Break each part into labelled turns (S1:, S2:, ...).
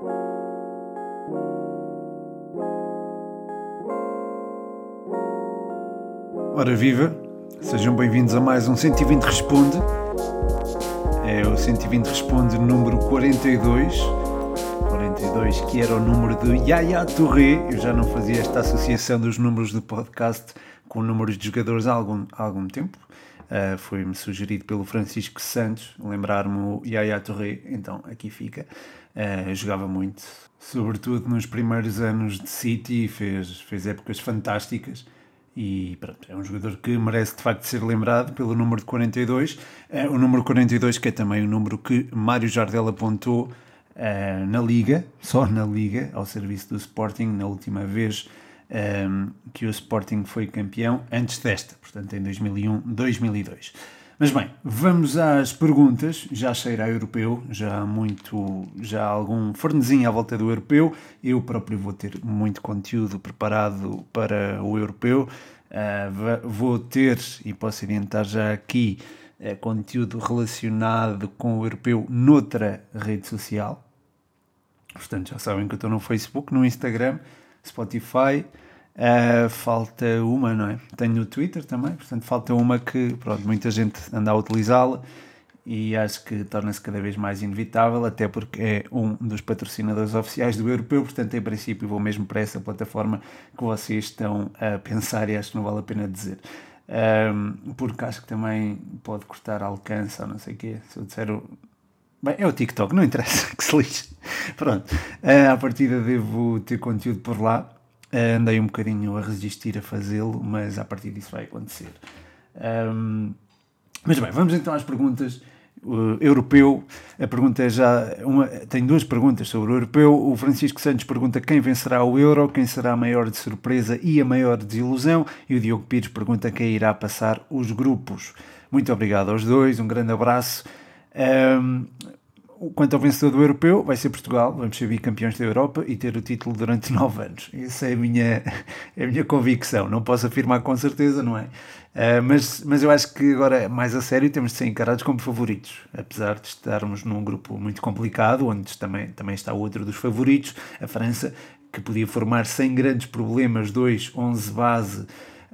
S1: Ora viva, sejam bem-vindos a mais um 120 Responde. É o 120 Responde número 42, que era o número de Yaya Touré. Eu já não fazia esta associação dos números do podcast com números de jogadores há algum tempo. Foi-me sugerido pelo Francisco Santos lembrar-me o Yaya Touré, então aqui fica. Jogava muito, sobretudo nos primeiros anos de City, fez épocas fantásticas. E pronto, é um jogador que merece de facto ser lembrado pelo número de 42, o número 42 que é também o número que Mário Jardel apontou na Liga, só na Liga, ao serviço do Sporting, na última vez que o Sporting foi campeão, antes desta, portanto em 2001-2002. Mas bem, vamos às perguntas. Já cheira a europeu, já há algum fornezinho à volta do europeu. Eu próprio vou ter muito conteúdo preparado para o europeu. Vou ter, e posso adiantar já aqui, conteúdo relacionado com o europeu noutra rede social. Portanto, já sabem que eu estou no Facebook, no Instagram, Spotify. Falta uma, não é? Tenho o Twitter também, portanto falta uma que, pronto, muita gente anda a utilizá-la e acho que torna-se cada vez mais inevitável, até porque é um dos patrocinadores oficiais do europeu, portanto em princípio vou mesmo para essa plataforma que vocês estão a pensar e acho que não vale a pena dizer, porque acho que também pode cortar alcance ou não sei o quê, se eu disser bem, é o TikTok, não interessa, que se lixe. Pronto, à partida devo ter conteúdo por lá. Andei um bocadinho a resistir a fazê-lo, mas a partir disso vai acontecer. Mas bem, vamos então às perguntas. Europeu, a pergunta é tenho duas perguntas sobre o europeu. O Francisco Santos pergunta quem vencerá o Euro, quem será a maior de surpresa e a maior desilusão, e o Diogo Pires pergunta quem irá passar os grupos. Muito obrigado aos dois, um grande abraço. Quanto ao vencedor do europeu, vai ser Portugal, vamos ser bicampeões da Europa e ter o título durante 9 anos. Essa é a minha convicção, não posso afirmar com certeza, não é? Mas eu acho que agora, mais a sério, temos de ser encarados como favoritos, apesar de estarmos num grupo muito complicado, onde também está o outro dos favoritos, a França, que podia formar sem grandes problemas 11 base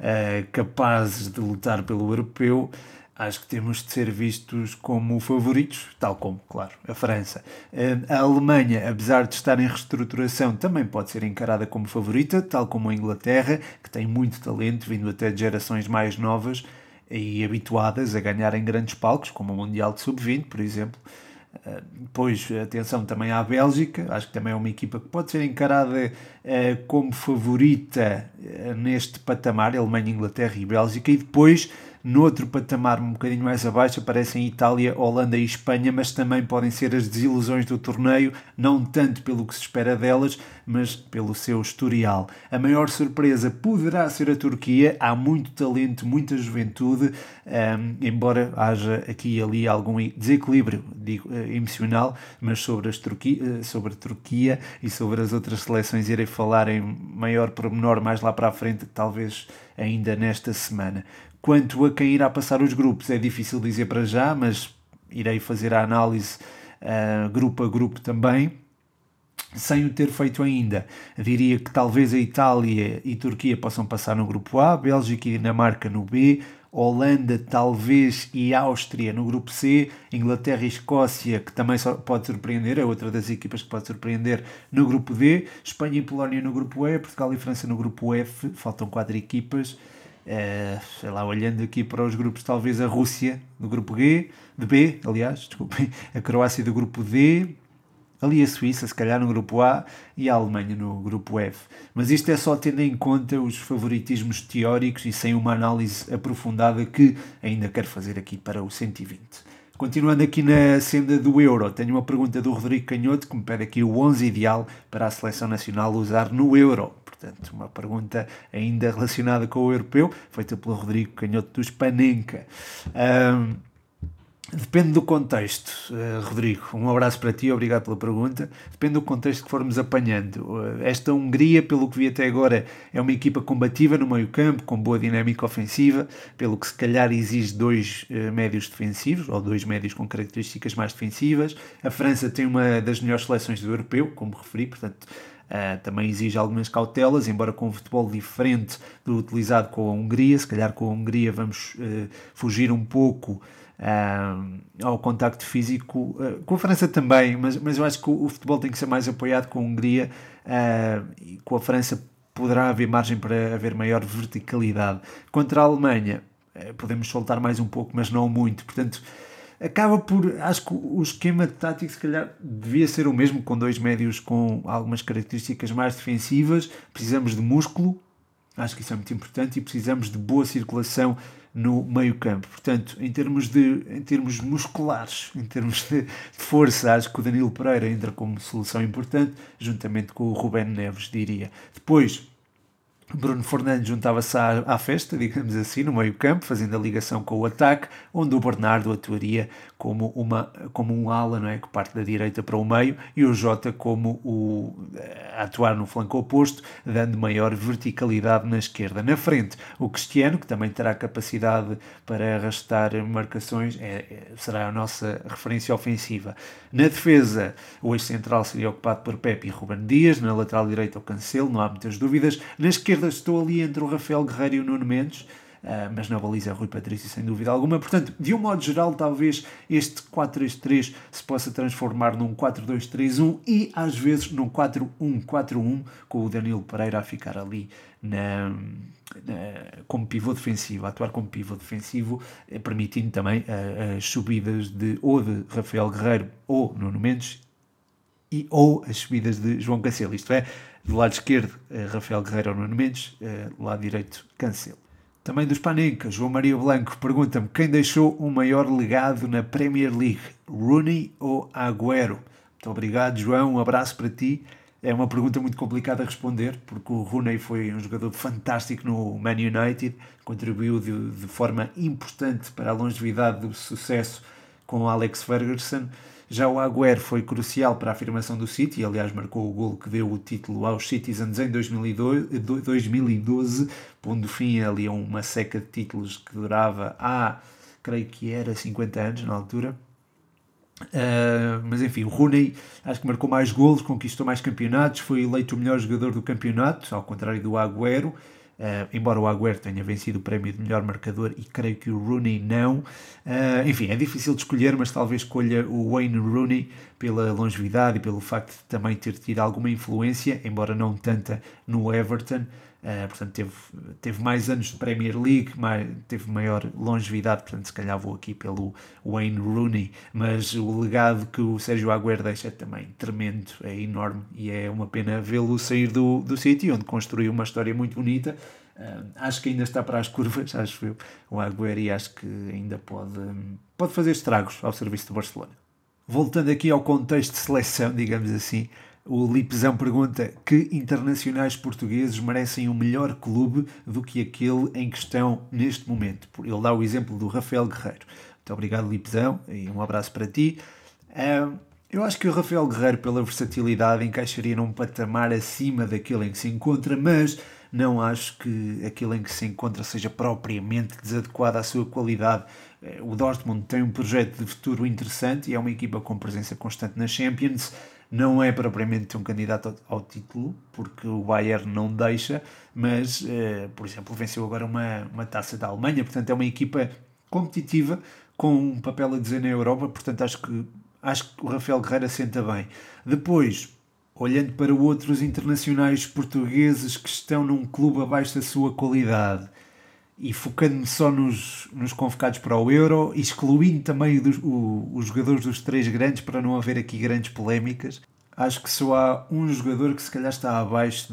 S1: capazes de lutar pelo europeu. Acho que temos de ser vistos como favoritos, tal como, claro, a França. A Alemanha, apesar de estar em reestruturação, também pode ser encarada como favorita, tal como a Inglaterra, que tem muito talento, vindo até de gerações mais novas e habituadas a ganhar em grandes palcos, como o Mundial de Sub-20, por exemplo. Depois, atenção também à Bélgica, acho que também é uma equipa que pode ser encarada como favorita neste patamar, Alemanha, Inglaterra e Bélgica, e depois, no outro patamar um bocadinho mais abaixo, aparecem Itália, Holanda e Espanha, mas também podem ser as desilusões do torneio, não tanto pelo que se espera delas, mas pelo seu historial. A maior surpresa poderá ser a Turquia, há muito talento, muita juventude, embora haja aqui e ali algum desequilíbrio emocional, mas sobre a Turquia e sobre as outras seleções irei falar em maior pormenor mais lá para a frente, talvez ainda nesta semana. Quanto a quem irá passar os grupos, é difícil dizer para já, mas irei fazer a análise grupo a grupo também, sem o ter feito ainda. Diria que talvez a Itália e Turquia possam passar no grupo A, Bélgica e Dinamarca no B, Holanda talvez e Áustria no grupo C, Inglaterra e Escócia, que também pode surpreender, é outra das equipas que pode surpreender, no grupo D, Espanha e Polónia no grupo E, Portugal e França no grupo F, faltam 4 equipas. Sei lá, olhando aqui para os grupos, talvez a Rússia no grupo B, desculpem, a Croácia do grupo D, ali a Suíça, se calhar no grupo A, e a Alemanha no grupo F. Mas isto é só tendo em conta os favoritismos teóricos e sem uma análise aprofundada que ainda quero fazer aqui para o 120. Continuando aqui na senda do Euro, tenho uma pergunta do Rodrigo Canhoto que me pede aqui o 11 ideal para a seleção nacional usar no Euro. Portanto, uma pergunta ainda relacionada com o europeu, feita pelo Rodrigo Canhoto do Spanenka. Depende do contexto, Rodrigo. Um abraço para ti, obrigado pela pergunta. Depende do contexto que formos apanhando. Esta Hungria, pelo que vi até agora, é uma equipa combativa no meio-campo, com boa dinâmica ofensiva, pelo que se calhar exige dois médios defensivos, ou dois médios com características mais defensivas. A França tem uma das melhores seleções do europeu, como referi, portanto. Também exige algumas cautelas, embora com um futebol diferente do utilizado com a Hungria. Se calhar com a Hungria vamos fugir um pouco ao contacto físico, com a França também, mas eu acho que o futebol tem que ser mais apoiado com a Hungria, e com a França poderá haver margem para haver maior verticalidade. Contra a Alemanha, podemos soltar mais um pouco, mas não muito, portanto acaba por, acho que o esquema tático se calhar devia ser o mesmo, com dois médios com algumas características mais defensivas. Precisamos de músculo, acho que isso é muito importante, e precisamos de boa circulação no meio campo. Portanto, em termos musculares, em termos de força, acho que o Danilo Pereira entra como solução importante, juntamente com o Rubén Neves, diria. Depois, Bruno Fernandes juntava-se à festa, digamos assim, no meio-campo, fazendo a ligação com o ataque, onde o Bernardo atuaria como um ala, não é? Que parte da direita para o meio, e o Jota a atuar no flanco oposto, dando maior verticalidade na esquerda. Na frente, o Cristiano, que também terá capacidade para arrastar marcações, será a nossa referência ofensiva. Na defesa, o eixo central seria ocupado por Pepe e Ruben Dias, na lateral direita o Cancelo, não há muitas dúvidas. Na esquerda estou ali entre o Rafael Guerreiro e o Nuno Mendes, mas na baliza é Rui Patrício, sem dúvida alguma. Portanto, de um modo geral, talvez este 4-3-3 se possa transformar num 4-2-3-1 e às vezes num 4-1-4-1, com o Danilo Pereira a ficar ali como pivô defensivo, a atuar como pivô defensivo, permitindo também as subidas ou de Rafael Guerreiro ou Nuno Mendes, ou as subidas de João Cancelo, isto é, do lado esquerdo Rafael Guerreiro ou Nuno Mendes, do lado direito Cancelo. Também dos Panenka, João Maria Blanco pergunta-me quem deixou o maior legado na Premier League, Rooney ou Agüero? Muito obrigado, João, um abraço para ti. É uma pergunta muito complicada a responder, porque o Rooney foi um jogador fantástico no Man United, contribuiu de forma importante para a longevidade do sucesso com o Alex Ferguson. Já o Agüero foi crucial para a afirmação do City, aliás marcou o golo que deu o título aos Citizens em 2012, pondo fim ali a uma seca de títulos que durava creio que era 50 anos na altura. Mas enfim, o Rooney acho que marcou mais golos, conquistou mais campeonatos, foi eleito o melhor jogador do campeonato, ao contrário do Agüero. Embora o Agüero tenha vencido o prémio de melhor marcador, e creio que o Rooney não. Enfim, é difícil de escolher, mas talvez escolha o Wayne Rooney pela longevidade e pelo facto de também ter tido alguma influência, embora não tanta, no Everton. Portanto, teve mais anos de Premier League, teve maior longevidade, portanto, se calhar vou aqui pelo Wayne Rooney. Mas o legado que o Sérgio Agüero deixa é também tremendo, é enorme, e é uma pena vê-lo sair do City, onde construiu uma história muito bonita. Acho que ainda está para as curvas, acho eu, o Agüero, e acho que ainda pode fazer estragos ao serviço do Barcelona. Voltando aqui ao contexto de seleção, digamos assim, o Lipzão pergunta que internacionais portugueses merecem um melhor clube do que aquele em questão neste momento. Ele dá o exemplo do Rafael Guerreiro. Muito obrigado, Lipzão, e um abraço para ti. Eu acho que o Rafael Guerreiro, pela versatilidade, encaixaria num patamar acima daquele em que se encontra, mas não acho que aquele em que se encontra seja propriamente desadequado à sua qualidade. O Dortmund tem um projeto de futuro interessante e é uma equipa com presença constante na Champions. Não é propriamente um candidato ao título, porque o Bayern não deixa, mas, por exemplo, venceu agora uma taça da Alemanha, portanto é uma equipa competitiva, com um papel a dizer na Europa, portanto acho que o Rafael Guerreiro assenta bem. Depois, olhando para outros internacionais portugueses que estão num clube abaixo da sua qualidade, e focando-me só nos convocados para o Euro, excluindo também os jogadores dos três grandes, para não haver aqui grandes polémicas, acho que só há um jogador que se calhar está abaixo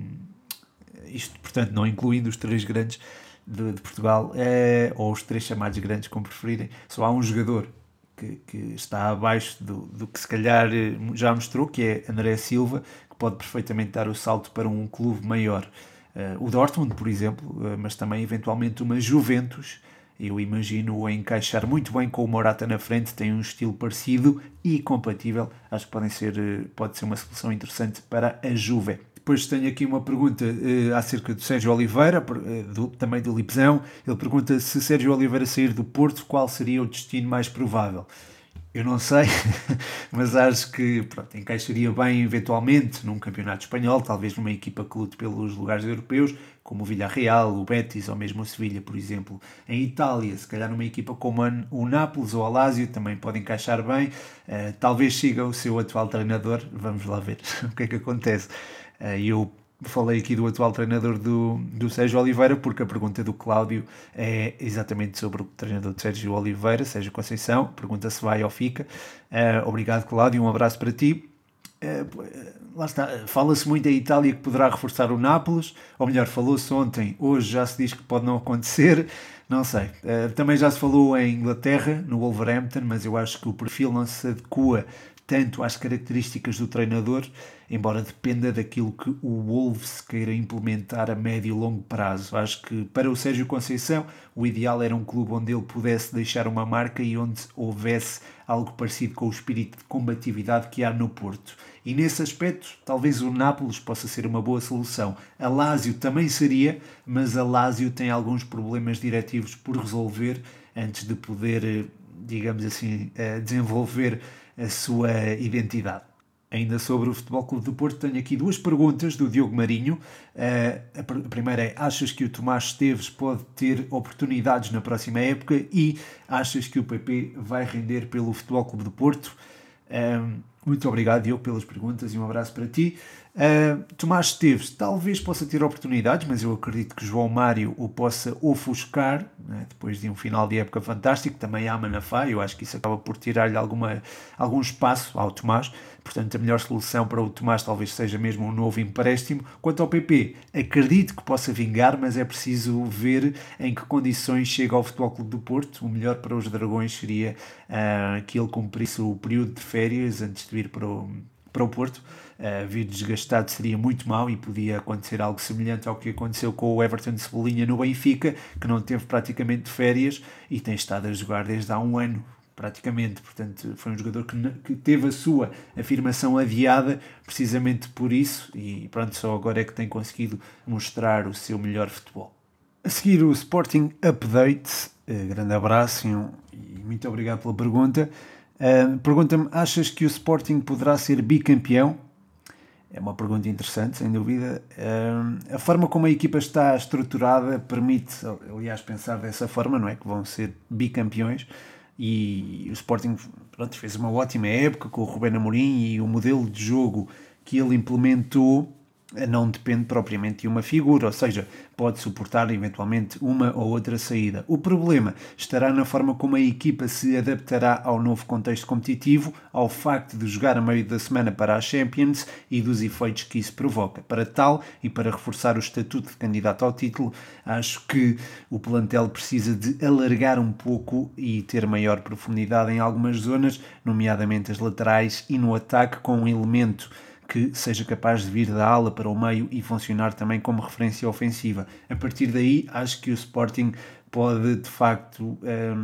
S1: isto, portanto, não incluindo os três grandes de Portugal, ou os três chamados grandes, como preferirem. Só há um jogador que está abaixo do que se calhar já mostrou, que é André Silva, que pode perfeitamente dar o salto para um clube maior. O Dortmund, por exemplo, mas também eventualmente uma Juventus, Eu imagino-o a encaixar muito bem com o Morata na frente, tem um estilo parecido e compatível. Acho que pode ser uma solução interessante para a Juve. Depois tenho aqui uma pergunta acerca do Sérgio Oliveira, também do Lipzão. Ele pergunta: se Sérgio Oliveira sair do Porto, qual seria o destino mais provável? Eu não sei, mas acho que encaixaria bem eventualmente num campeonato espanhol, talvez numa equipa que lute pelos lugares europeus, como o Villarreal, o Betis ou mesmo o Sevilha, por exemplo. Em Itália, se calhar numa equipa como o Nápoles ou a Lazio, também pode encaixar bem. Talvez siga o seu atual treinador, vamos lá ver o que é que acontece. Eu falei aqui do atual treinador do Sérgio Oliveira, porque a pergunta do Cláudio é exatamente sobre o treinador de Sérgio Oliveira, Sérgio Conceição. Pergunta se vai ou fica. Obrigado, Cláudio, um abraço para ti. Lá está, fala-se muito em Itália que poderá reforçar o Nápoles, ou melhor, falou-se ontem, hoje já se diz que pode não acontecer, não sei. Também já se falou em Inglaterra, no Wolverhampton, mas eu acho que o perfil não se adequa tanto às características do treinador, embora dependa daquilo que o Wolves queira implementar a médio e longo prazo. Acho que para o Sérgio Conceição o ideal era um clube onde ele pudesse deixar uma marca e onde houvesse algo parecido com o espírito de combatividade que há no Porto. E nesse aspecto, talvez o Nápoles possa ser uma boa solução. A Lazio também seria, mas a Lazio tem alguns problemas diretivos por resolver antes de poder, digamos assim, desenvolver a sua identidade. Ainda sobre o Futebol Clube do Porto, tenho aqui duas perguntas do Diogo Marinho. A primeira é: achas que o Tomás Esteves pode ter oportunidades na próxima época? E achas que o PP vai render pelo Futebol Clube do Porto? Muito obrigado, Diogo, pelas perguntas e um abraço para ti. Tomás Esteves talvez possa ter oportunidades, mas eu acredito que João Mário o possa ofuscar, né, depois de um final de época fantástico. Também há Manafá, eu acho que isso acaba por tirar-lhe algum espaço ao Tomás. Portanto, a melhor solução para o Tomás talvez seja mesmo um novo empréstimo. Quanto ao PP, acredito que possa vingar, mas é preciso ver em que condições chega ao Futebol Clube do Porto. O melhor para os Dragões seria que ele cumprisse o período de férias antes de vir para o Porto. Vir desgastado seria muito mau e podia acontecer algo semelhante ao que aconteceu com o Everton de Cebolinha no Benfica, que não teve praticamente férias e tem estado a jogar desde há um ano, praticamente. Portanto, foi um jogador que teve a sua afirmação adiada precisamente por isso e pronto, só agora é que tem conseguido mostrar o seu melhor futebol. A seguir, o Sporting Update. Grande abraço e muito obrigado pela pergunta. Pergunta-me: achas que o Sporting poderá ser bicampeão? É uma pergunta interessante, sem dúvida. A forma como a equipa está estruturada permite, aliás, pensar dessa forma, não é? Que vão ser bicampeões. E o Sporting, pronto, fez uma ótima época com o Rubén Amorim e o modelo de jogo que ele implementou não depende propriamente de uma figura, ou seja, pode suportar eventualmente uma ou outra saída. O problema estará na forma como a equipa se adaptará ao novo contexto competitivo, ao facto de jogar a meio da semana para a Champions e dos efeitos que isso provoca. Para tal, e para reforçar o estatuto de candidato ao título, acho que o plantel precisa de alargar um pouco e ter maior profundidade em algumas zonas, nomeadamente as laterais e no ataque, com um elemento que seja capaz de vir da ala para o meio e funcionar também como referência ofensiva. A partir daí, acho que o Sporting pode, de facto,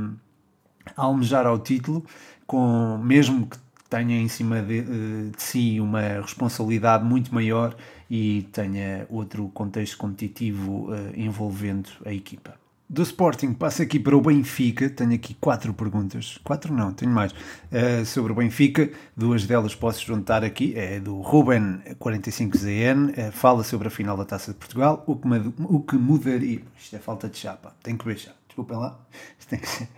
S1: almejar ao título, mesmo que tenha em cima de si uma responsabilidade muito maior e tenha outro contexto competitivo envolvendo a equipa. Do Sporting, passo aqui para o Benfica. Tenho aqui 4 perguntas. 4 não, tenho mais. Sobre o Benfica, 2 delas posso juntar aqui. É do Ruben 45ZN. Fala sobre a final da Taça de Portugal. O que mudaria... Isto é falta de chapa. Tenho que beber chá. Desculpem lá. Isto tem que ser...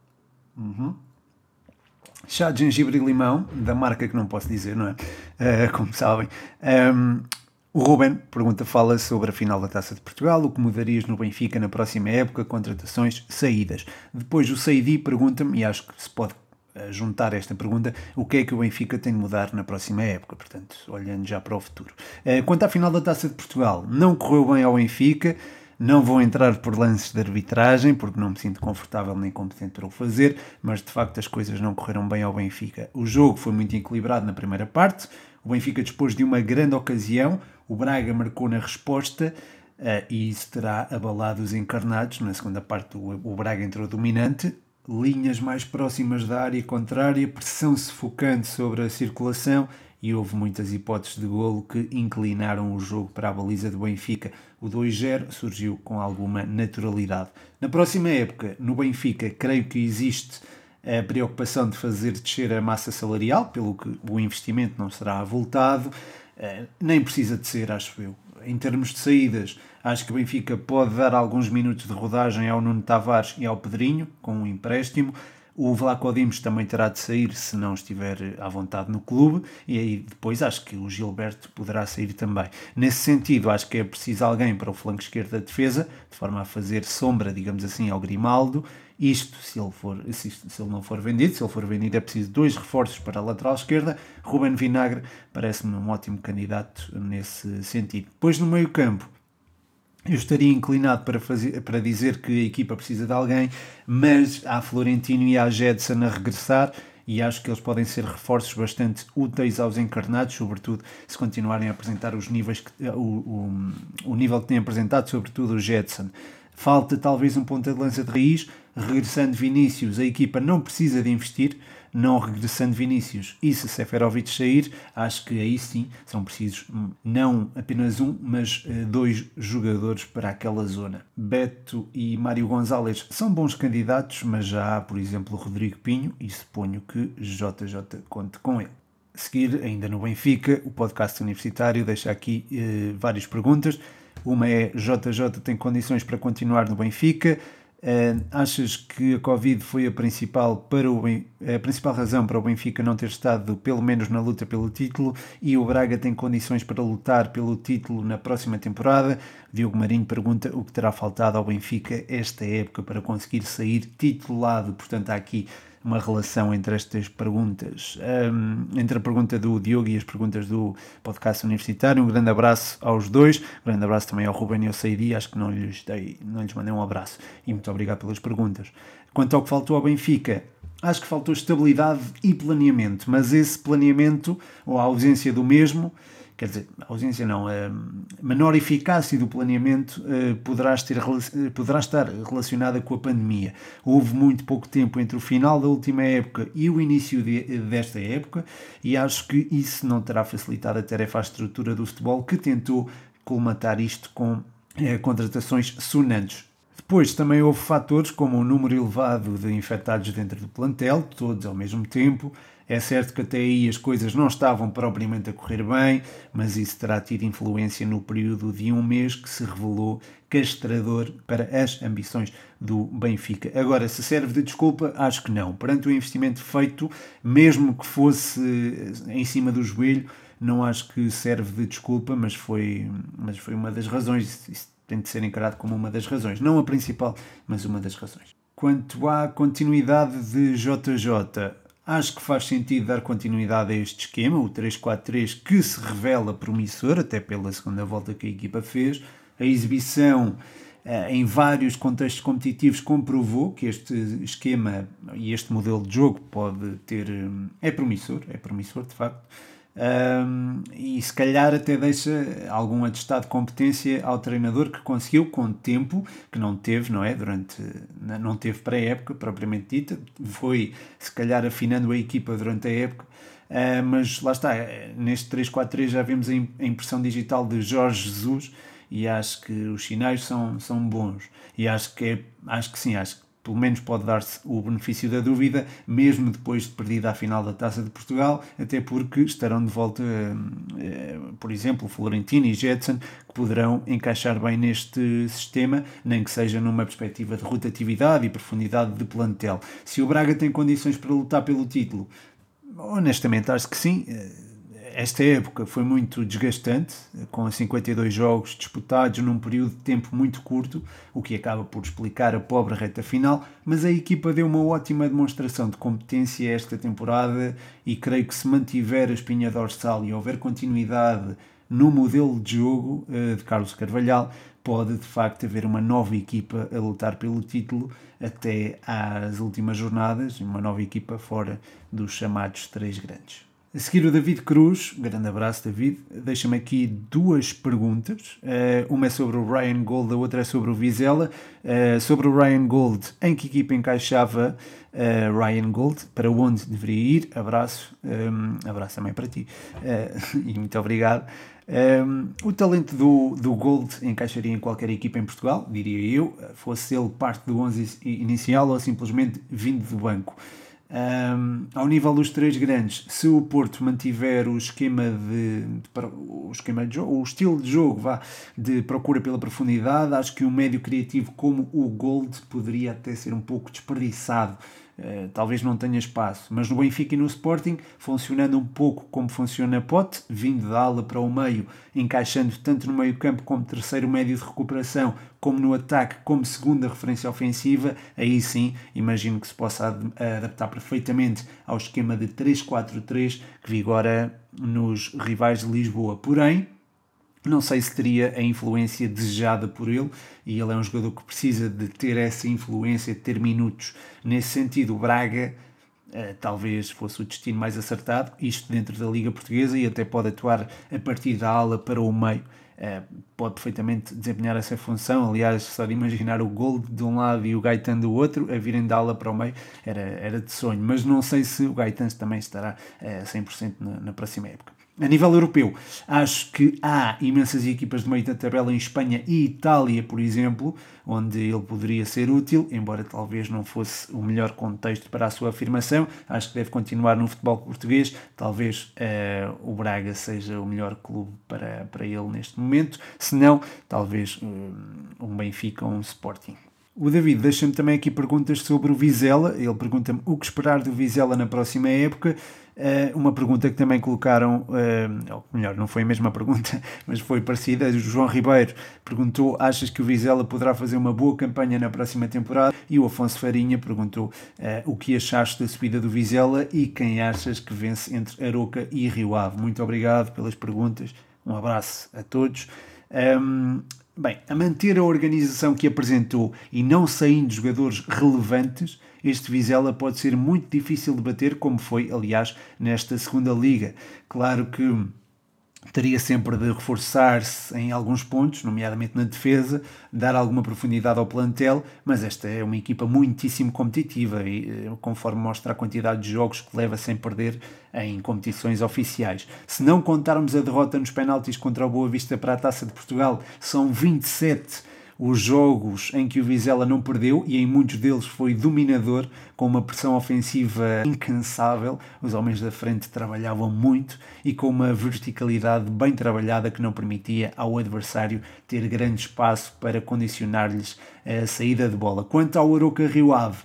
S1: Chá de gengibre e limão, da marca que não posso dizer, não é? Como sabem. O Ruben fala sobre a final da Taça de Portugal, o que mudarias no Benfica na próxima época, contratações, saídas. Depois o Saidi pergunta-me, e acho que se pode juntar esta pergunta, o que é que o Benfica tem de mudar na próxima época, portanto, olhando já para o futuro. Quanto à final da Taça de Portugal, não correu bem ao Benfica. Não vou entrar por lances de arbitragem, porque não me sinto confortável nem competente para o fazer, mas de facto as coisas não correram bem ao Benfica. O jogo foi muito equilibrado na primeira parte, o Benfica dispôs de uma grande ocasião, o Braga marcou na resposta, e isso terá abalado os encarnados. Na segunda parte o Braga entrou dominante, linhas mais próximas da área contrária, pressão sufocante sobre a circulação e houve muitas hipóteses de golo que inclinaram o jogo para a baliza do Benfica. O 2-0 surgiu com alguma naturalidade. Na próxima época, no Benfica, creio que existe a preocupação de fazer descer a massa salarial, pelo que o investimento não será avultado, nem precisa de ser, acho eu. Em termos de saídas, acho que o Benfica pode dar alguns minutos de rodagem ao Nuno Tavares e ao Pedrinho, com um empréstimo. O Vlaco Dimos também terá de sair se não estiver à vontade no clube, e aí depois acho que o Gilberto poderá sair também. Nesse sentido, acho que é preciso alguém para o flanco esquerdo da defesa, de forma a fazer sombra, digamos assim, ao Grimaldo. Isto se ele não for vendido. Se ele for vendido é preciso 2 reforços para a lateral esquerda. Ruben Vinagre parece-me um ótimo candidato nesse sentido. Depois no meio campo, eu estaria inclinado para dizer que a equipa precisa de alguém, mas há Florentino e há Gedson a regressar e acho que eles podem ser reforços bastante úteis aos encarnados, sobretudo se continuarem a apresentar os níveis o nível que têm apresentado, sobretudo o Gedson. Falta talvez um ponta de lança de raiz. Regressando Vinícius, a equipa não precisa de investir. Não regressando Vinícius e se Seferovic sair, acho que aí sim são precisos não apenas um, mas 2 jogadores para aquela zona. Beto e Mário Gonzalez são bons candidatos, mas já há, por exemplo, Rodrigo Pinho e suponho que JJ conte com ele. A seguir, ainda no Benfica, o podcast universitário deixa aqui várias perguntas. Uma é: JJ tem condições para continuar no Benfica? Achas que a Covid foi a principal razão para o Benfica não ter estado pelo menos na luta pelo título, e o Braga tem condições para lutar pelo título na próxima temporada? Diogo Marinho pergunta o que terá faltado ao Benfica esta época para conseguir sair titulado. Portanto, há aqui uma relação entre estas perguntas, entre a pergunta do Diogo e as perguntas do podcast universitário. Um grande abraço aos dois, um grande abraço também ao Ruben e ao Saidi. Acho que não lhes mandei um abraço, e muito obrigado pelas perguntas. Quanto ao que faltou ao Benfica, acho que faltou estabilidade e planeamento, mas esse planeamento, ou a ausência do mesmo, quer dizer, a ausência não, a menor eficácia do planeamento poderá estar relacionada com a pandemia. Houve muito pouco tempo entre o final da última época e o início desta época, e acho que isso não terá facilitado a tarefa à estrutura do futebol, que tentou colmatar isto com contratações sonantes. Depois também houve fatores como o número elevado de infectados dentro do plantel, todos ao mesmo tempo. É certo que até aí as coisas não estavam propriamente a correr bem, mas isso terá tido influência no período de um mês que se revelou castrador para as ambições do Benfica. Agora, se serve de desculpa, acho que não. Perante o investimento feito, mesmo que fosse em cima do joelho, não acho que serve de desculpa, mas foi uma das razões. Isso tem de ser encarado como uma das razões. Não a principal, mas uma das razões. Quanto à continuidade de JJ, acho que faz sentido dar continuidade a este esquema, o 3-4-3, que se revela promissor, até pela segunda volta que a equipa fez. A exibição em vários contextos competitivos comprovou que este esquema e este modelo de jogo pode ter... é promissor de facto. E se calhar até deixa algum atestado de competência ao treinador, que conseguiu com tempo, que não teve, não é? Não teve pré-época propriamente dita, foi se calhar afinando a equipa durante a época, mas lá está, neste 3-4-3 já vimos a impressão digital de Jorge Jesus e acho que os sinais são bons, e acho que pelo menos pode dar-se o benefício da dúvida, mesmo depois de perdida a final da Taça de Portugal, até porque estarão de volta, por exemplo, Florentino e Gedson, que poderão encaixar bem neste sistema, nem que seja numa perspectiva de rotatividade e profundidade de plantel. Se o Braga tem condições para lutar pelo título, honestamente acho que sim. Esta época foi muito desgastante, com 52 jogos disputados num período de tempo muito curto, o que acaba por explicar a pobre reta final, mas a equipa deu uma ótima demonstração de competência esta temporada, e creio que se mantiver a espinha dorsal e houver continuidade no modelo de jogo de Carlos Carvalhal, pode de facto haver uma nova equipa a lutar pelo título até às últimas jornadas, uma nova equipa fora dos chamados 3 grandes. A seguir o David Cruz, grande abraço David, deixa-me aqui duas perguntas, uma é sobre o Ryan Gold, a outra é sobre o Vizela. Sobre o Ryan Gold, em que equipa encaixava Ryan Gold, para onde deveria ir? Abraço, abraço também para ti e muito obrigado. O talento do Gold encaixaria em qualquer equipa em Portugal, diria eu, fosse ele parte do 11 inicial ou simplesmente vindo do banco. Ao nível dos três grandes, se o Porto mantiver o estilo de jogo de procura pela profundidade, acho que um médio criativo como o Gold poderia até ser um pouco desperdiçado. Talvez não tenha espaço, mas no Benfica e no Sporting, funcionando um pouco como funciona Pote, vindo da ala para o meio, encaixando tanto no meio campo como terceiro médio de recuperação, como no ataque, como segunda referência ofensiva, aí sim, imagino que se possa adaptar perfeitamente ao esquema de 3-4-3 que vigora nos rivais de Lisboa. Porém, não sei se teria a influência desejada por ele, e ele é um jogador que precisa de ter essa influência, de ter minutos. Nesse sentido, o Braga talvez fosse o destino mais acertado, isto dentro da Liga Portuguesa, e até pode atuar a partir da ala para o meio. Pode perfeitamente desempenhar essa função. Aliás, só de imaginar o Gold de um lado e o Gaetan do outro a virem da ala para o meio era de sonho, mas não sei se o Gaetan também estará 100% na próxima época. A nível europeu, acho que há imensas equipas de meio da tabela em Espanha e Itália, por exemplo, onde ele poderia ser útil, embora talvez não fosse o melhor contexto para a sua afirmação. Acho que deve continuar no futebol português. Talvez o Braga seja o melhor clube para ele neste momento. Se não, talvez um Benfica ou um Sporting. O David deixa-me também aqui perguntas sobre o Vizela. Ele pergunta-me o que esperar do Vizela na próxima época. Uma pergunta que também colocaram, ou melhor, não foi a mesma pergunta, mas foi parecida. O João Ribeiro perguntou: achas que o Vizela poderá fazer uma boa campanha na próxima temporada? E o Afonso Farinha perguntou o que achaste da subida do Vizela e quem achas que vence entre Aroca e Rio Ave. Muito obrigado pelas perguntas, um abraço a todos. Bem, a manter a organização que apresentou e não saindo jogadores relevantes, este Vizela pode ser muito difícil de bater, como foi, aliás, nesta segunda liga. Claro que teria sempre de reforçar-se em alguns pontos, nomeadamente na defesa, dar alguma profundidade ao plantel, mas esta é uma equipa muitíssimo competitiva e conforme mostra a quantidade de jogos que leva sem perder em competições oficiais. Se não contarmos a derrota nos penaltis contra o Boa Vista para a Taça de Portugal, são 27 os jogos em que o Vizela não perdeu e em muitos deles foi dominador, com uma pressão ofensiva incansável. Os homens da frente trabalhavam muito e com uma verticalidade bem trabalhada que não permitia ao adversário ter grande espaço para condicionar-lhes a saída de bola. Quanto ao Aroca Rio Ave,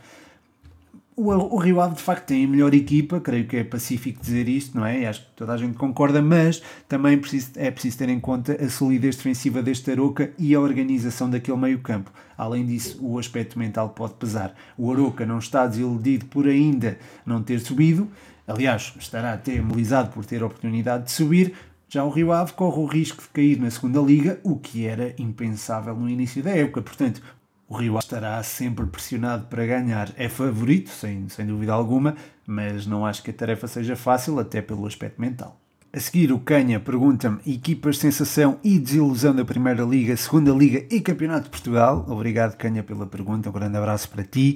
S1: o Rio Ave de facto tem a melhor equipa, creio que é pacífico dizer isto, não é? E acho que toda a gente concorda, mas também é preciso ter em conta a solidez defensiva deste Aroca e a organização daquele meio campo. Além disso, o aspecto mental pode pesar. O Aroca não está desiludido por ainda não ter subido, aliás, estará até mobilizado por ter a oportunidade de subir. Já o Rio Ave corre o risco de cair na segunda liga, o que era impensável no início da época. Portanto, o Rio Ave estará sempre pressionado para ganhar. É favorito, sem dúvida alguma, mas não acho que a tarefa seja fácil, até pelo aspecto mental. A seguir, o Canha pergunta-me equipas sensação e desilusão da Primeira Liga, Segunda Liga e Campeonato de Portugal. Obrigado, Canha, pela pergunta. Um grande abraço para ti.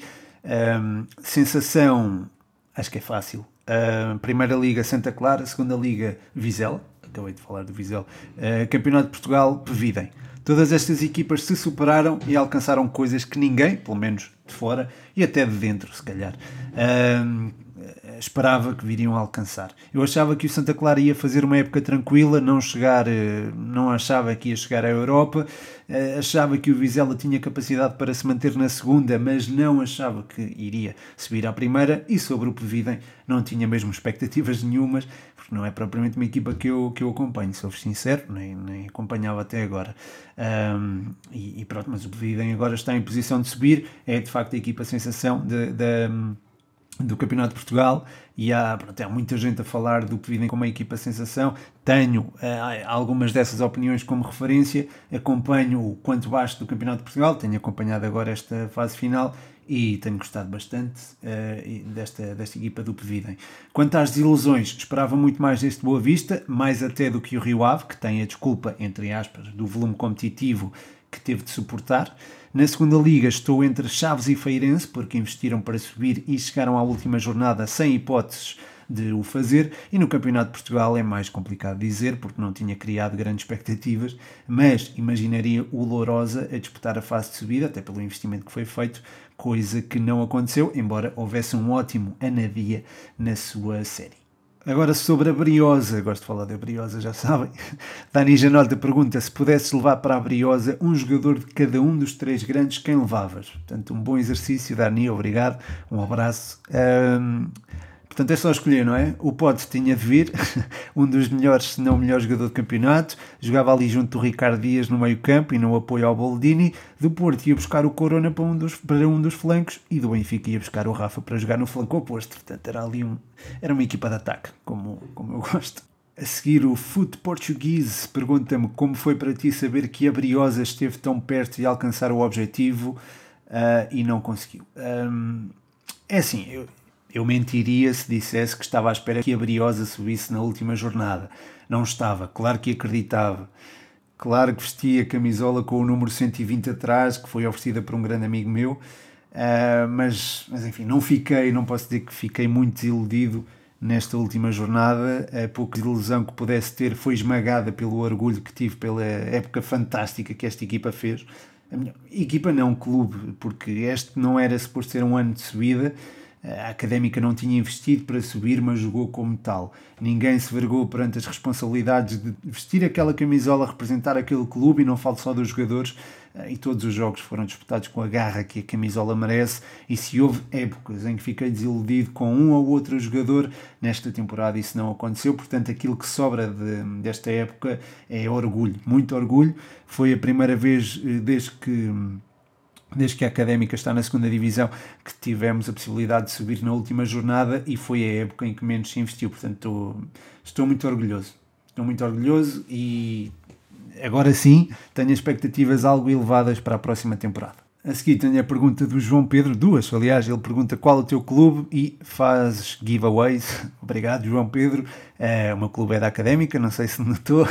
S1: Sensação, acho que é fácil. Primeira Liga, Santa Clara. Segunda Liga, Vizela. Acabei de falar do Vizela. Campeonato de Portugal, Pevidem. Todas estas equipas se superaram e alcançaram coisas que ninguém, pelo menos de fora e até de dentro, se calhar, esperava que viriam a alcançar. Eu achava que o Santa Clara ia fazer uma época tranquila, não achava que ia chegar à Europa, achava que o Vizela tinha capacidade para se manter na segunda, mas não achava que iria subir à primeira, e sobre o Pevidem não tinha mesmo expectativas nenhumas, porque não é propriamente uma equipa que eu acompanho, sou sincero, nem acompanhava até agora. E pronto, mas o Pevidem agora está em posição de subir, é de facto a equipa sensação do Campeonato de Portugal, e há muita gente a falar do Pevidem como uma equipa sensação. Tenho algumas dessas opiniões como referência, acompanho o quanto baixo do Campeonato de Portugal, tenho acompanhado agora esta fase final e tenho gostado bastante desta equipa do Pevidem. Quanto às desilusões, esperava muito mais deste Boa Vista, mais até do que o Rio Ave, que tem a desculpa, entre aspas, do volume competitivo que teve de suportar. Na segunda liga estou entre Chaves e Feirense, porque investiram para subir e chegaram à última jornada sem hipóteses de o fazer, e no Campeonato de Portugal é mais complicado dizer, porque não tinha criado grandes expectativas, mas imaginaria o Lourosa a disputar a fase de subida, até pelo investimento que foi feito, coisa que não aconteceu, embora houvesse um ótimo Anadia na sua série. Agora sobre a Briosa, gosto de falar da Briosa, já sabem. Dani Janota pergunta se pudesses levar para a Briosa um jogador de cada um dos 3 grandes, quem levavas? Portanto, um bom exercício, Dani, obrigado, um abraço. Portanto, é só escolher, não é? O Pote tinha de vir, um dos melhores, se não o melhor jogador do campeonato, jogava ali junto do Ricardo Dias no meio campo e no apoio ao Boldini. Do Porto ia buscar o Corona para um dos flancos e do Benfica ia buscar o Rafa para jogar no flanco oposto. Portanto, era uma equipa de ataque, como eu gosto. A seguir, o Foot Portuguese pergunta-me como foi para ti saber que a Briosa esteve tão perto de alcançar o objetivo e não conseguiu. É assim, eu mentiria se dissesse que estava à espera que a Briosa subisse na última jornada. Não estava, claro que acreditava. Claro que vestia a camisola com o número 120 atrás, que foi oferecida por um grande amigo meu, mas enfim, não posso dizer que fiquei muito desiludido nesta última jornada. A pouca desilusão que pudesse ter foi esmagada pelo orgulho que tive pela época fantástica que esta equipa fez. Equipa não, clube, porque este não era suposto ser um ano de subida. A Académica não tinha investido para subir, mas jogou como tal. Ninguém se vergou perante as responsabilidades de vestir aquela camisola, representar aquele clube, e não falo só dos jogadores, e todos os jogos foram disputados com a garra que a camisola merece, e se houve épocas em que fiquei desiludido com um ou outro jogador, nesta temporada isso não aconteceu. Portanto, aquilo que sobra desta época é orgulho, muito orgulho. Foi a primeira vez desde que a Académica está na segunda divisão, que tivemos a possibilidade de subir na última jornada, e foi a época em que menos se investiu. Portanto, estou muito orgulhoso. Estou muito orgulhoso e agora sim tenho expectativas algo elevadas para a próxima temporada. A seguir tenho a pergunta do João Pedro, duas, aliás. Ele pergunta qual o teu clube e fazes giveaways. Obrigado, João Pedro. O meu clube é da Académica, não sei se notou.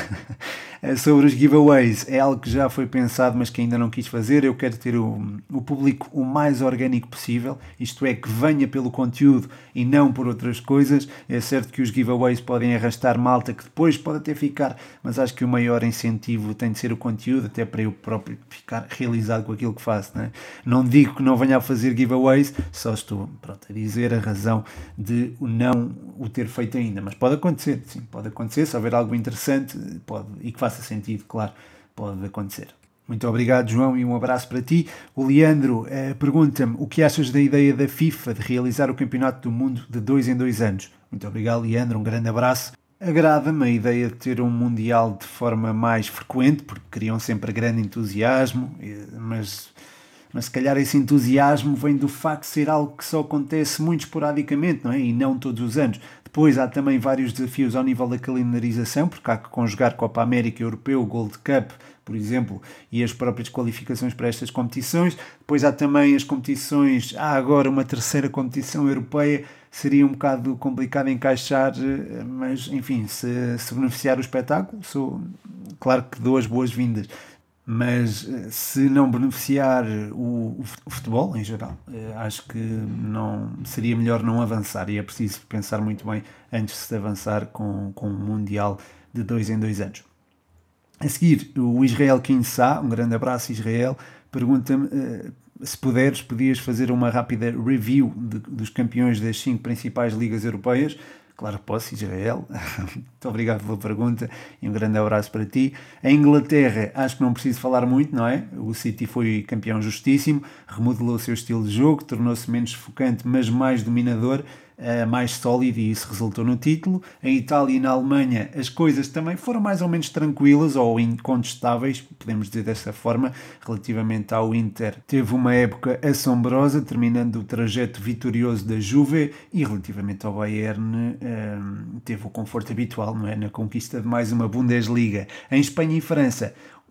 S1: Sobre os giveaways, é algo que já foi pensado, mas que ainda não quis fazer. Eu quero ter o público o mais orgânico possível, isto é, que venha pelo conteúdo e não por outras coisas. É certo que os giveaways podem arrastar malta que depois pode até ficar, mas acho que o maior incentivo tem de ser o conteúdo, até para eu próprio ficar realizado com aquilo que faço, não é? Não digo que não venha a fazer giveaways, só estou a dizer a razão de não o ter feito ainda, mas pode acontecer, sim, pode acontecer. Se houver algo interessante e que faça sentido, claro, pode acontecer. Muito obrigado, João, e um abraço para ti. O Leandro pergunta-me o que achas da ideia da FIFA de realizar o Campeonato do Mundo de 2 em 2 anos. Muito obrigado, Leandro, um grande abraço. Agrada-me a ideia de ter um Mundial de forma mais frequente, porque criam sempre grande entusiasmo, mas se calhar esse entusiasmo vem do facto de ser algo que só acontece muito esporadicamente, não é? E não todos os anos. Depois há também vários desafios ao nível da calendarização, porque há que conjugar Copa América, Europeu, Gold Cup, por exemplo, e as próprias qualificações para estas competições. Depois há também as competições, agora uma terceira competição europeia, seria um bocado complicado encaixar, mas enfim, se beneficiar o espetáculo, claro que dou as boas-vindas. Mas se não beneficiar o futebol em geral, acho que seria melhor não avançar, e é preciso pensar muito bem antes de se avançar com um Mundial de 2 em 2 anos. A seguir, o Israel Kinsá, um grande abraço, Israel, pergunta-me se podias fazer uma rápida review dos campeões das 5 principais ligas europeias. Claro que posso, Israel. Muito obrigado pela pergunta e um grande abraço para ti. A Inglaterra, acho que não preciso falar muito, não é? O City foi campeão justíssimo, remodelou o seu estilo de jogo, tornou-se menos sufocante, mas mais dominador, mais sólido, e isso resultou no título. Em Itália e na Alemanha as coisas também foram mais ou menos tranquilas ou incontestáveis, podemos dizer dessa forma. Relativamente ao Inter, teve uma época assombrosa, terminando o trajeto vitorioso da Juve, e relativamente ao Bayern teve o conforto habitual, não é? Na conquista de mais uma Bundesliga. Em Espanha e França,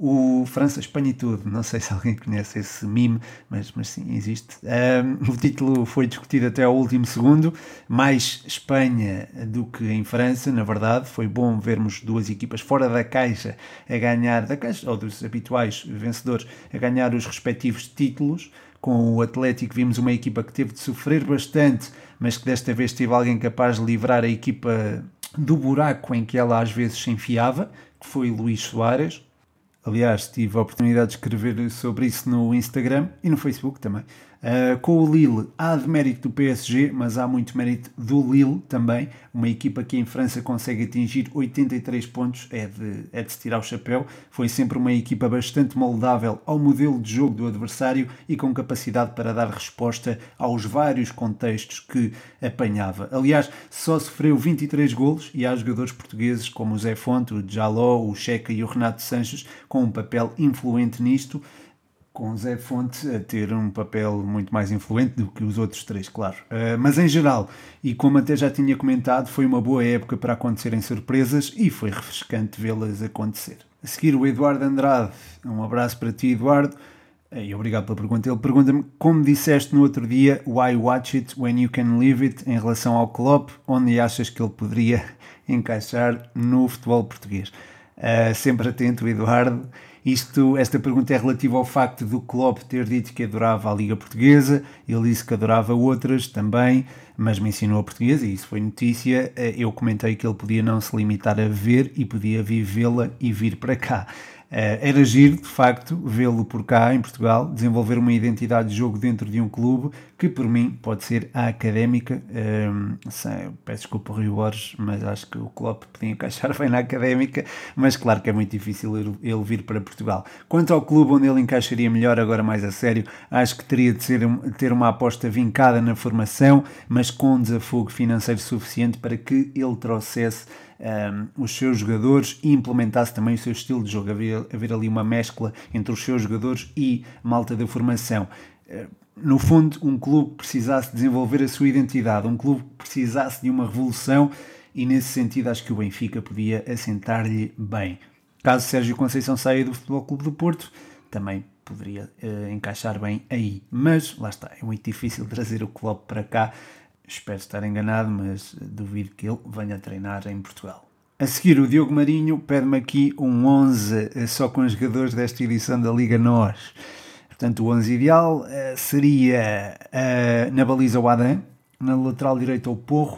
S1: o França, Espanha e tudo. Não sei se alguém conhece esse meme, mas sim, existe. O título foi discutido até ao último segundo, mais Espanha do que em França, na verdade. Foi bom vermos duas equipas fora da caixa a ganhar, da caixa, ou dos habituais vencedores, a ganhar os respectivos títulos. Com o Atlético vimos uma equipa que teve de sofrer bastante, mas que desta vez teve alguém capaz de livrar a equipa do buraco em que ela às vezes se enfiava, que foi Luís Soares. Aliás, tive a oportunidade de escrever sobre isso no Instagram e no Facebook também. Com o Lille, há de mérito do PSG, mas há muito mérito do Lille também. Uma equipa que em França consegue atingir 83 pontos, é de se tirar o chapéu. Foi sempre uma equipa bastante moldável ao modelo de jogo do adversário e com capacidade para dar resposta aos vários contextos que apanhava. Aliás, só sofreu 23 golos e há jogadores portugueses como o Zé Fonte, o Jaló, o Checa e o Renato Sanches com um papel influente nisto, com o Zé Fonte a ter um papel muito mais influente do que os outros três, claro. Mas em geral, e como até já tinha comentado, foi uma boa época para acontecerem surpresas e foi refrescante vê-las acontecer. A seguir, o Eduardo Andrade. Um abraço para ti, Eduardo. E obrigado pela pergunta. Ele pergunta-me, como disseste no outro dia, why watch it when you can live it, em relação ao Klopp, onde achas que ele poderia encaixar no futebol português? Sempre atento, Eduardo. Esta pergunta é relativa ao facto do Klopp ter dito que adorava a Liga Portuguesa, ele disse que adorava outras também, mas mencionou a Portuguesa e isso foi notícia. Eu comentei que ele podia não se limitar a ver e podia vivê-la e vir para cá. Era giro, de facto, vê-lo por cá, em Portugal, desenvolver uma identidade de jogo dentro de um clube que, por mim, pode ser a Académica. Peço desculpa ao Rui Borges, mas acho que o Klopp podia encaixar bem na Académica, mas claro que é muito difícil ele vir para Portugal. Quanto ao clube onde ele encaixaria melhor, agora mais a sério, acho que teria de ter uma aposta vincada na formação, mas com um desafogo financeiro suficiente para que ele trouxesse os seus jogadores e implementasse também o seu estilo de jogo, haver ali uma mescla entre os seus jogadores e malta da formação. No fundo, um clube que precisasse desenvolver a sua identidade, um clube que precisasse de uma revolução, e nesse sentido acho que o Benfica podia assentar-lhe bem. Caso Sérgio Conceição saia do Futebol Clube do Porto, também poderia encaixar bem aí. Mas, lá está, é muito difícil trazer o Klopp para cá. Espero estar enganado, mas duvido que ele venha treinar em Portugal. A seguir, o Diogo Marinho pede-me aqui um 11 só com os jogadores desta edição da Liga NOS. Portanto, o 11 ideal seria na baliza o Adam, na lateral direita o Porro,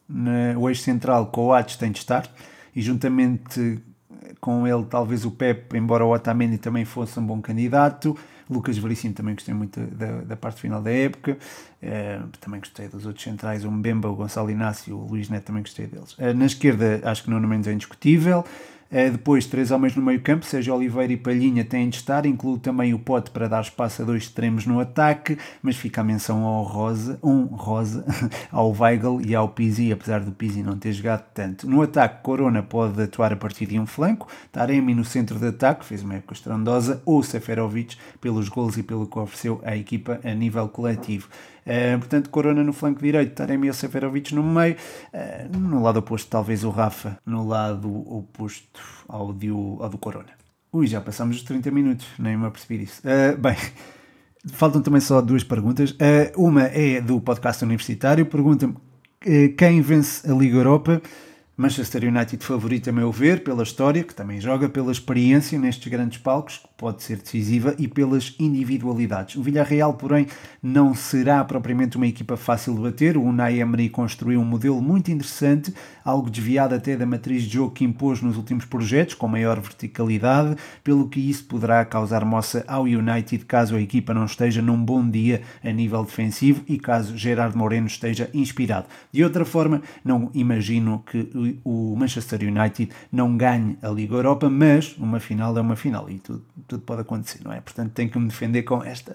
S1: o eixo central Coates tem de estar, e juntamente com ele talvez o Pepe, embora o Otamendi também fosse um bom candidato. Lucas Veríssimo também gostei muito da parte final da época. Também gostei dos outros centrais, o Mbemba, o Gonçalo Inácio, o Luís Neto, também gostei deles. Na esquerda acho que Nuno Mendes é indiscutível. Depois, 3 homens no meio campo, Sérgio Oliveira e Palhinha têm de estar, incluo também o Pote para dar espaço a 2 extremos no ataque, mas fica a menção rosa, ao Weigl e ao Pizzi, apesar do Pizzi não ter jogado tanto. No ataque, Corona pode atuar a partir de um flanco, Taremi no centro de ataque, fez uma época estrondosa, ou Seferovic pelos golos e pelo que ofereceu à equipa a nível coletivo. Portanto, Corona no flanco direito, Taremi e Seferovic no meio, no lado oposto talvez o Rafa, no lado oposto ao do Corona. Já passamos os 30 minutos, nem me apercebi disso. Bem, faltam também só 2 perguntas. Uma é do podcast universitário, pergunta-me quem vence a Liga Europa. Manchester United favorito a meu ver, pela história, que também joga, pela experiência nestes grandes palcos, que pode ser decisiva, e pelas individualidades. O Villarreal, porém, não será propriamente uma equipa fácil de bater. O Unai Emery construiu um modelo muito interessante, algo desviado até da matriz de jogo que impôs nos últimos projetos, com maior verticalidade, pelo que isso poderá causar moça ao United caso a equipa não esteja num bom dia a nível defensivo e caso Gerard Moreno esteja inspirado. De outra forma, não imagino que o Manchester United não ganhe a Liga Europa, mas uma final é uma final e tudo pode acontecer, não é? Portanto, tenho que me defender com esta.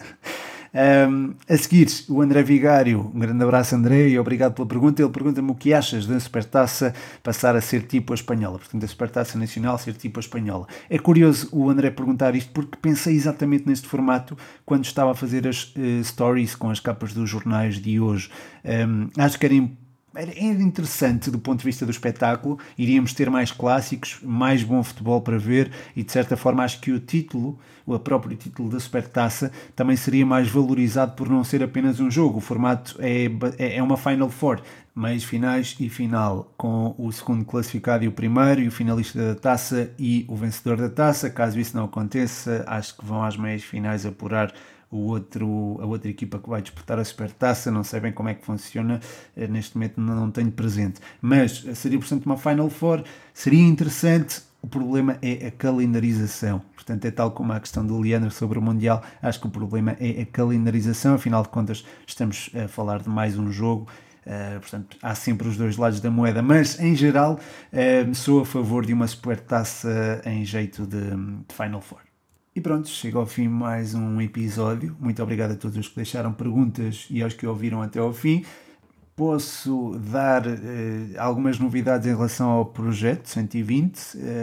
S1: A seguir, o André Vigário, um grande abraço, André, e obrigado pela pergunta. Ele pergunta-me o que achas da Supertaça passar a ser tipo a espanhola, portanto, a Supertaça Nacional ser tipo a espanhola. É curioso o André perguntar isto porque pensei exatamente neste formato quando estava a fazer as stories com as capas dos jornais de hoje. Acho que era era interessante do ponto de vista do espetáculo, iríamos ter mais clássicos, mais bom futebol para ver e de certa forma acho que o título, o próprio título da Supertaça, também seria mais valorizado por não ser apenas um jogo. O formato é uma Final Four, meios finais e final, com o segundo classificado e o primeiro, e o finalista da taça e o vencedor da taça. Caso isso não aconteça, acho que vão às meias finais apurar a outra equipa que vai disputar a Supertaça. Não sei bem como é que funciona, neste momento não tenho presente, mas seria portanto uma Final Four, seria interessante. O problema é a calendarização, portanto é tal como a questão do Leandro sobre o Mundial, acho que o problema é a calendarização, afinal de contas estamos a falar de mais um jogo. Portanto, há sempre os dois lados da moeda, mas em geral sou a favor de uma Supertaça em jeito de Final Four. E pronto, chega ao fim mais um episódio. Muito obrigado a todos os que deixaram perguntas e aos que ouviram até ao fim. Posso dar algumas novidades em relação ao projeto 120.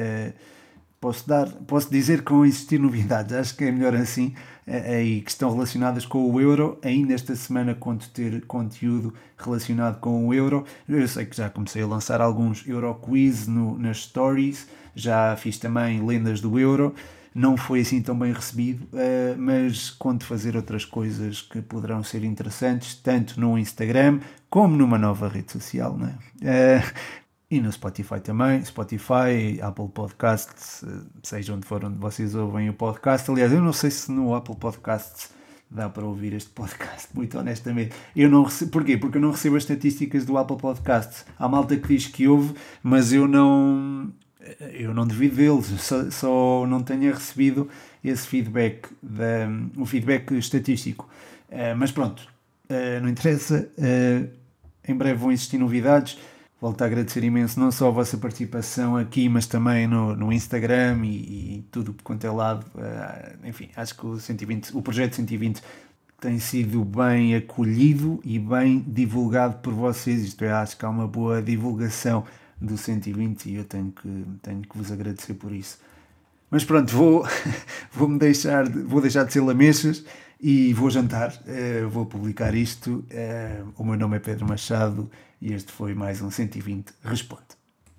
S1: Posso dizer que vão existir novidades, acho que é melhor assim, e que estão relacionadas com o Euro. Ainda esta semana conto ter conteúdo relacionado com o Euro. Eu sei que já comecei a lançar alguns Euro Quiz nas stories, já fiz também lendas do Euro. Não foi assim tão bem recebido, mas conto fazer outras coisas que poderão ser interessantes, tanto no Instagram como numa nova rede social, né? E no Spotify também, Spotify, Apple Podcasts, seja onde for onde vocês ouvem o podcast. Aliás, eu não sei se no Apple Podcasts dá para ouvir este podcast, muito honestamente. Eu não recebo, porquê? Porque eu não recebo as estatísticas do Apple Podcasts. Há malta que diz que ouve, mas eu não devido deles, só não tenho recebido esse feedback, o feedback estatístico. Mas pronto, não interessa, em breve vão existir novidades. Volto a agradecer imenso não só a vossa participação aqui, mas também no Instagram e tudo quanto é lado. Enfim, acho que o projeto 120 tem sido bem acolhido e bem divulgado por vocês, isto é, acho que há uma boa divulgação do 120 e eu tenho que vos agradecer por isso. Mas pronto, vou deixar de ser lamechas e vou jantar, vou publicar isto. O meu nome é Pedro Machado e este foi mais um 120 Responde.